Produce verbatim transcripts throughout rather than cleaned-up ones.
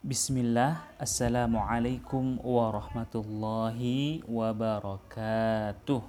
Bismillah, Assalamualaikum warahmatullahi wabarakatuh.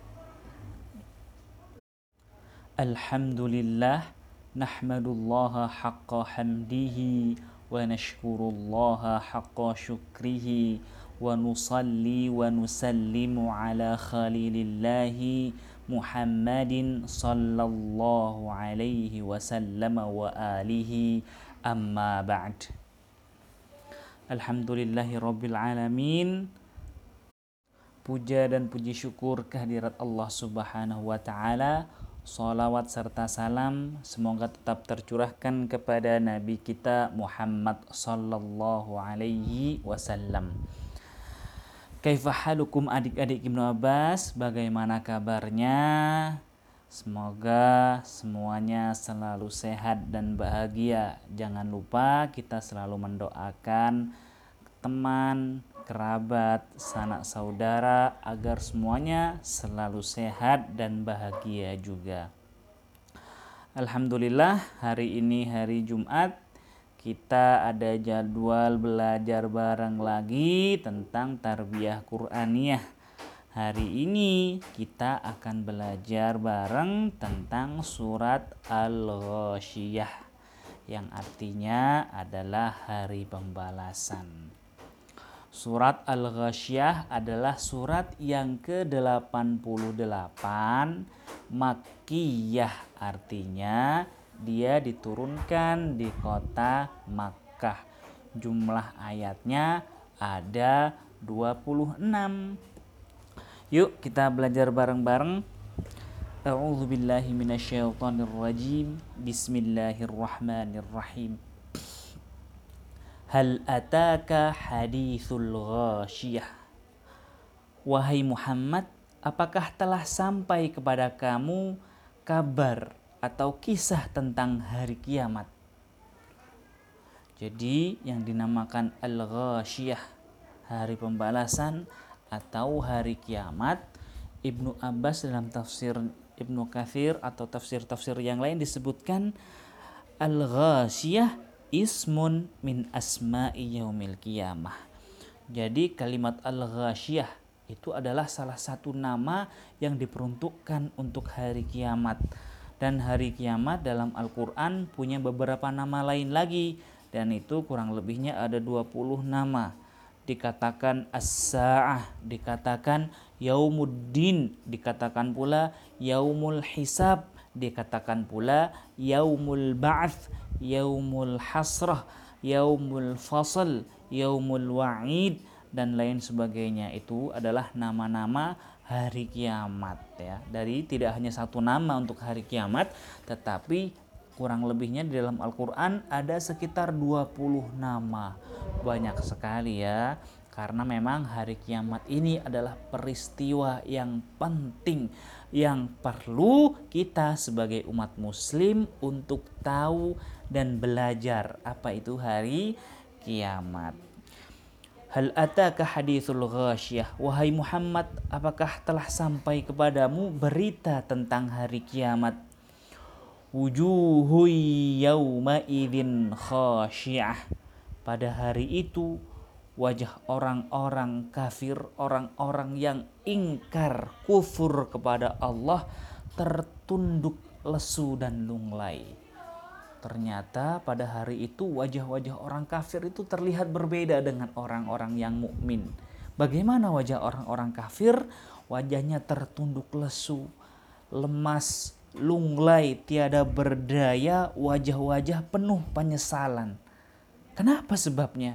Alhamdulillah, nahmadullaha haqqa hamdihi wa nashkurullaha haqqa syukrihi wa nusalli wa nusallimu ala khalilillahi Muhammadin sallallahu alaihi wasallam wa alihi amma ba'd. Alhamdulillahirabbil alamin. Puja dan puji syukur kehadirat Allah Subhanahu wa taala. Salawat serta salam semoga tetap tercurahkan kepada nabi kita Muhammad sallallahu alaihi wasallam. Kaifa halukum adik-adik Ibnu Abbas, bagaimana kabarnya? Semoga semuanya selalu sehat dan bahagia. Jangan lupa kita selalu mendoakan teman, kerabat, sanak saudara agar semuanya selalu sehat dan bahagia juga. Alhamdulillah, hari ini hari Jumat, kita ada jadwal belajar bareng lagi tentang tarbiyah Qur'aniyah. Hari ini kita akan belajar bareng tentang surat Al-Ghasyiyah yang artinya adalah hari pembalasan. Surat Al-Ghasyiyah adalah surat yang ke delapan puluh delapan, Makkiyah, artinya dia diturunkan di kota Makkah. Jumlah ayatnya ada dua puluh enam. Yuk kita belajar bareng-bareng. A'udzu billahi minasyaitonir rajim. Bismillahirrahmanirrahim. Hal ataka hadithul ghasyiyah. Wahai Muhammad, apakah telah sampai kepada kamu kabar atau kisah tentang hari kiamat? Jadi yang dinamakan Al-Ghasyiyah, hari pembalasan atau hari kiamat, Ibnu Abbas dalam tafsir Ibnu Katsir atau tafsir-tafsir yang lain disebutkan Al-Ghasyiyah ismun min asma'i yaumil qiyamah. Jadi kalimat Al-Ghasyiyah itu adalah salah satu nama yang diperuntukkan untuk hari kiamat. Dan hari kiamat dalam Al-Quran punya beberapa nama lain lagi, dan itu kurang lebihnya ada dua puluh nama. Dikatakan as-sa'ah, dikatakan yaumuddin, dikatakan pula yaumul hisab, dikatakan pula yaumul ba'ats, yaumul hasrah, yaumul fasl, yaumul wa'id, dan lain sebagainya. Itu adalah nama-nama hari kiamat ya. Dari tidak hanya satu nama untuk hari kiamat, tetapi kurang lebihnya di dalam Al-Quran ada sekitar dua puluh nama. Banyak sekali ya, karena memang hari kiamat ini adalah peristiwa yang penting yang perlu kita sebagai umat muslim untuk tahu dan belajar apa itu hari kiamat. Hal ataka hadithul ghasyiyah. Wahai Muhammad, apakah telah sampai kepadamu berita tentang hari kiamat? Wujuhu yawma idzin khasyi'ah. Pada hari itu wajah orang-orang kafir, orang-orang yang ingkar kufur kepada Allah, tertunduk lesu dan lunglai. Ternyata pada hari itu wajah-wajah orang kafir itu terlihat berbeda dengan orang-orang yang mukmin. Bagaimana wajah orang-orang kafir? Wajahnya tertunduk lesu, lemas, lunglai, tiada berdaya, wajah-wajah penuh penyesalan. Kenapa sebabnya?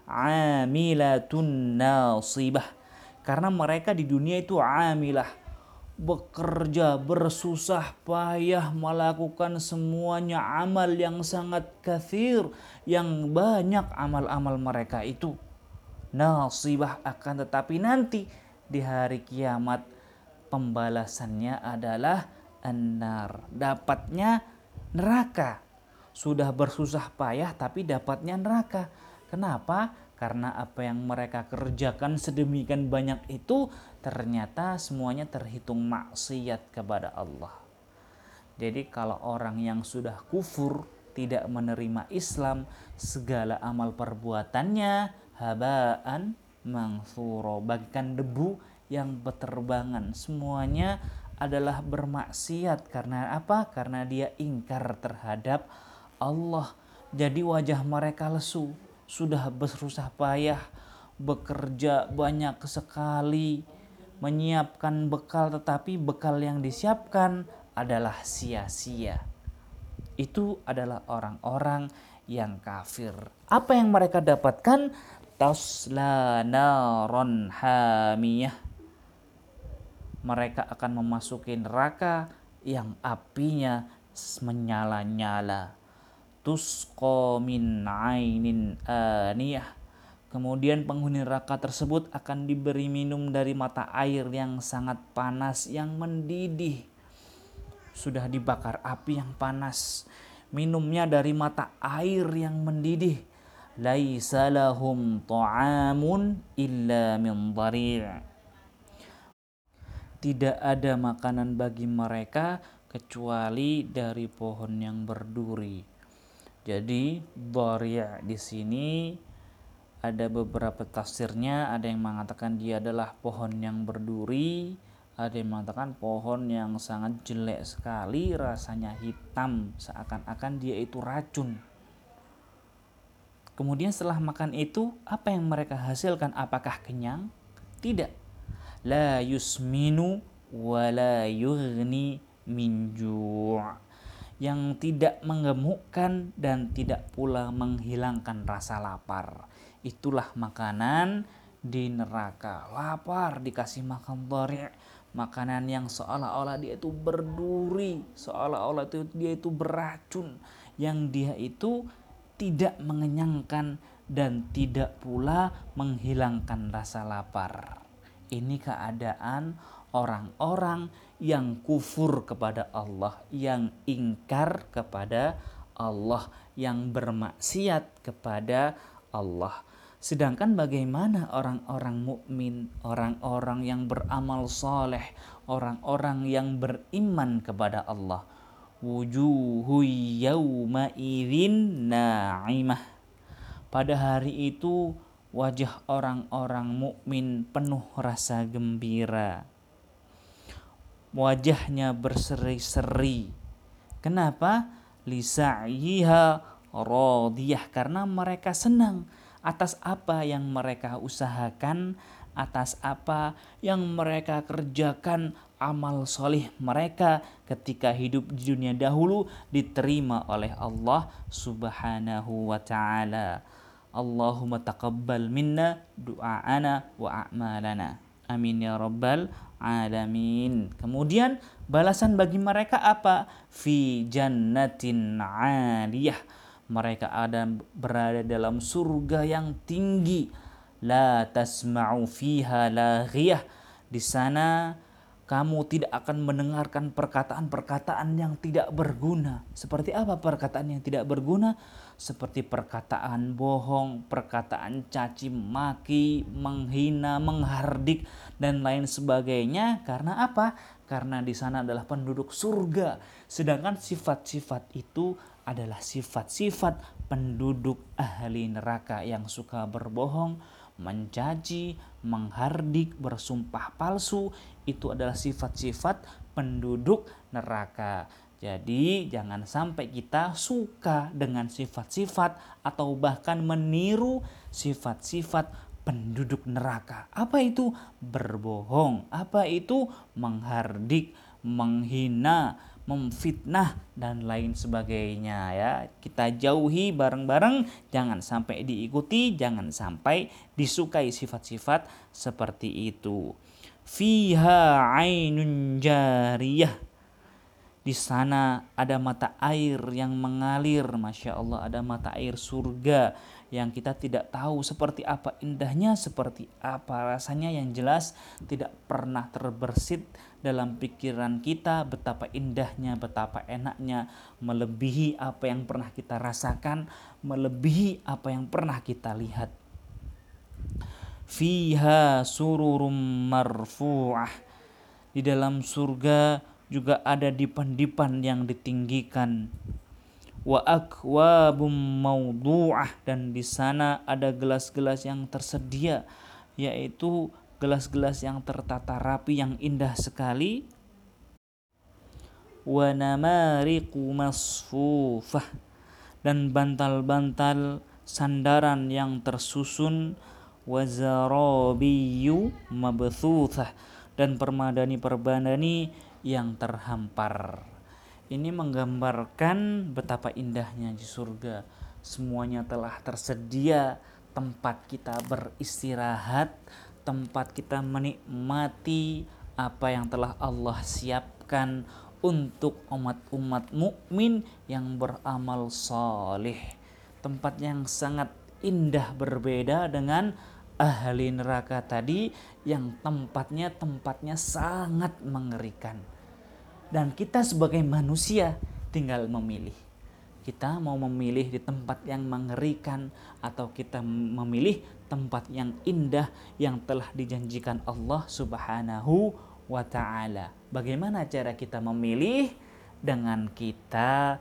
Amilatun nasibah. Karena mereka di dunia itu amilah, bekerja, bersusah payah, melakukan semuanya amal yang sangat katsir, yang banyak amal-amal mereka itu. Nasibah, akan tetapi nanti di hari kiamat pembalasannya adalah an-nar, dapatnya neraka. Sudah bersusah payah tapi dapatnya neraka. Kenapa? Karena apa yang mereka kerjakan sedemikian banyak itu ternyata semuanya terhitung maksiat kepada Allah. Jadi kalau orang yang sudah kufur, tidak menerima Islam, segala amal perbuatannya habaan mansuro, bagaikan debu yang berterbangan. Semuanya adalah bermaksiat. Karena apa? Karena dia ingkar terhadap Allah. Jadi wajah mereka lesu, sudah bersusah payah bekerja banyak sekali menyiapkan bekal, tetapi bekal yang disiapkan adalah sia-sia. Itu adalah orang-orang yang kafir. Apa yang mereka dapatkan? Tasla naron hamiyah. Mereka akan memasuki neraka yang apinya menyala-nyala. Tusqa min ainin aniyah. Kemudian penghuni neraka tersebut akan diberi minum dari mata air yang sangat panas, yang mendidih. Sudah dibakar api yang panas. Minumnya dari mata air yang mendidih. Laisa lahum ta'amun illa min dhari'. Tidak ada makanan bagi mereka kecuali dari pohon yang berduri. Jadi dhari' di sini ada beberapa tafsirnya, ada yang mengatakan dia adalah pohon yang berduri, ada yang mengatakan pohon yang sangat jelek sekali, rasanya hitam, seakan-akan dia itu racun. Kemudian setelah makan itu, apa yang mereka hasilkan? Apakah kenyang? Tidak. La yusminu wa la yughni min ju'. Yang tidak menggemukkan dan tidak pula menghilangkan rasa lapar. Itulah makanan di neraka. Lapar dikasih makan dhari', makanan yang seolah-olah dia itu berduri, seolah-olah itu dia itu beracun, yang dia itu tidak mengenyangkan dan tidak pula menghilangkan rasa lapar. Ini keadaan orang-orang yang kufur kepada Allah, yang ingkar kepada Allah, yang bermaksiat kepada Allah. Sedangkan bagaimana orang-orang mukmin, orang-orang yang beramal soleh, orang-orang yang beriman kepada Allah? Wujuhu yawma idzin na'imah. Pada hari itu wajah orang-orang mukmin penuh rasa gembira. Wajahnya berseri-seri. Kenapa? Lisa'yiha radiyah, karena mereka senang atas apa yang mereka usahakan, atas apa yang mereka kerjakan. Amal solih mereka ketika hidup di dunia dahulu diterima oleh Allah subhanahu wa ta'ala. Allahumma taqabbal minna du'aana wa a'malana. Amin ya rabbal alamin. Kemudian balasan bagi mereka apa? Fi jannatin 'aliyah. Mereka ada berada dalam surga yang tinggi. La tasma'u fiha laghiyah. Di sana kamu tidak akan mendengarkan perkataan-perkataan yang tidak berguna. Seperti apa perkataan yang tidak berguna? Seperti perkataan bohong, perkataan caci maki, menghina, menghardik, dan lain sebagainya. Karena apa? Karena di sana adalah penduduk surga. Sedangkan sifat-sifat itu adalah sifat-sifat penduduk ahli neraka yang suka berbohong, mencaci, menghardik, bersumpah palsu. Itu adalah sifat-sifat penduduk neraka. Jadi jangan sampai kita suka dengan sifat-sifat atau bahkan meniru sifat-sifat penduduk neraka. Apa itu? Berbohong. Apa itu? Menghardik, menghina, memfitnah, dan lain sebagainya ya. Kita jauhi bareng-bareng, jangan sampai diikuti, jangan sampai disukai sifat-sifat seperti itu. Fiha ainun jariyah. Di sana ada mata air yang mengalir, Masya Allah, ada mata air surga yang kita tidak tahu seperti apa indahnya, seperti apa rasanya, yang jelas tidak pernah terbersit dalam pikiran kita betapa indahnya, betapa enaknya, melebihi apa yang pernah kita rasakan, melebihi apa yang pernah kita lihat. Fiha sururum marfu'ah. Di dalam surga juga ada dipan-dipan yang ditinggikan. wa akwabum mawdu'ah, dan di sana ada gelas-gelas yang tersedia, yaitu gelas-gelas yang tertata rapi yang indah sekali. Wa namariqu masfufah, dan bantal-bantal sandaran yang tersusun. Wa zarabiyu mabthuthah, dan permadani-permadani yang terhampar. Ini menggambarkan betapa indahnya di surga. Semuanya telah tersedia, tempat kita beristirahat, tempat kita menikmati apa yang telah Allah siapkan untuk umat-umat mukmin yang beramal saleh. Tempat yang sangat indah, berbeda dengan ahli neraka tadi yang tempatnya tempatnya sangat mengerikan. Dan kita sebagai manusia tinggal memilih. Kita mau memilih di tempat yang mengerikan atau kita memilih tempat yang indah yang telah dijanjikan Allah Subhanahu wa ta'ala. Bagaimana cara kita memilih? Dengan kita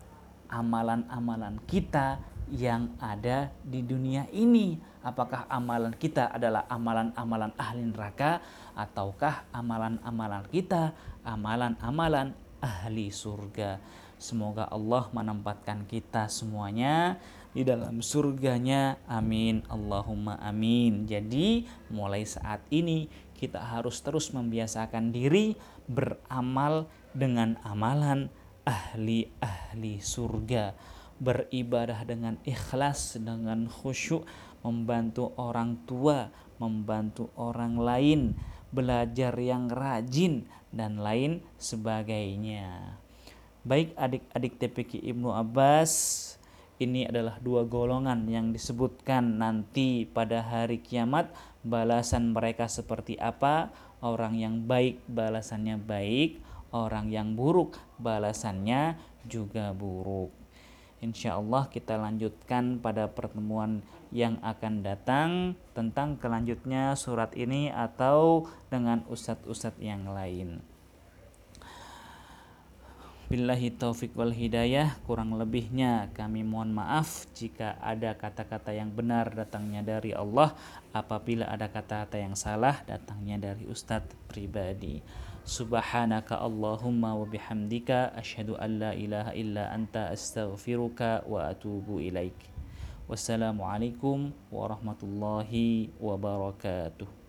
amalan-amalan kita yang ada di dunia ini. Apakah amalan kita adalah amalan-amalan ahli neraka, ataukah amalan-amalan kita amalan-amalan ahli surga. Semoga Allah menempatkan kita semuanya di dalam surganya. Amin, Allahumma amin. Jadi mulai saat ini kita harus terus membiasakan diri beramal dengan amalan ahli-ahli surga, beribadah dengan ikhlas, dengan khusyuk, membantu orang tua, membantu orang lain, belajar yang rajin, dan lain sebagainya. Baik adik-adik T P Q Ibnu Abbas, ini adalah dua golongan yang disebutkan nanti pada hari kiamat. Balasan mereka seperti apa? Orang yang baik balasannya baik, orang yang buruk balasannya juga buruk. Insya Allah kita lanjutkan pada pertemuan yang akan datang tentang kelanjutnya surat ini atau dengan ustadz-ustadz yang lain. Billahi taufik wal hidayah, kurang lebihnya kami mohon maaf jika ada kata-kata yang benar datangnya dari Allah, apabila ada kata-kata yang salah datangnya dari ustadz pribadi. Subhanaka Allahumma wa bihamdika asyhadu an la ilaha illa anta astaghfiruka wa atubu ilaik. Wassalamualaikum warahmatullahi wabarakatuh.